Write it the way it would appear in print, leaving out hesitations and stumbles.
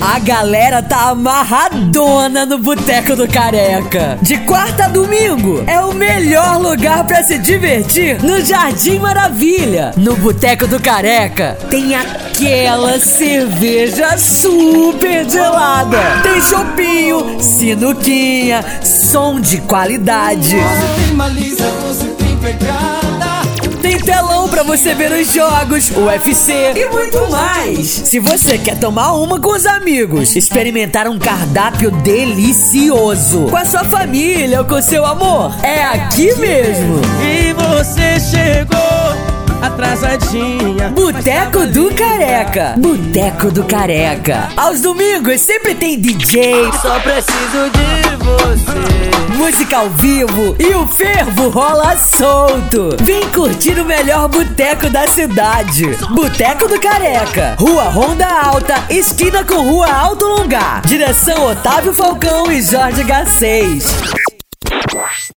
A galera tá amarradona no Boteco do Careca. De quarta a domingo é o melhor lugar pra se divertir no Jardim Maravilha. No Boteco do Careca tem aquela cerveja super gelada. Tem chopinho, sinuquinha, som de qualidade. Você tem malícia, você tem pegada. Tem telão pra você ver os jogos, UFC e muito mais. Se você quer tomar uma com os amigos, experimentar um cardápio delicioso com a sua família ou com seu amor, é aqui mesmo. E você chegou atrasadinha. Boteco do Careca. Boteco do Careca. Aos domingos sempre tem DJ, Só preciso de você. música ao vivo e o fervo rola solto. Vem curtir o melhor boteco da cidade. Boteco do Careca, Rua Ronda Alta, esquina com Rua Alto Longar. Direção Otávio Falcão e Jorge H6.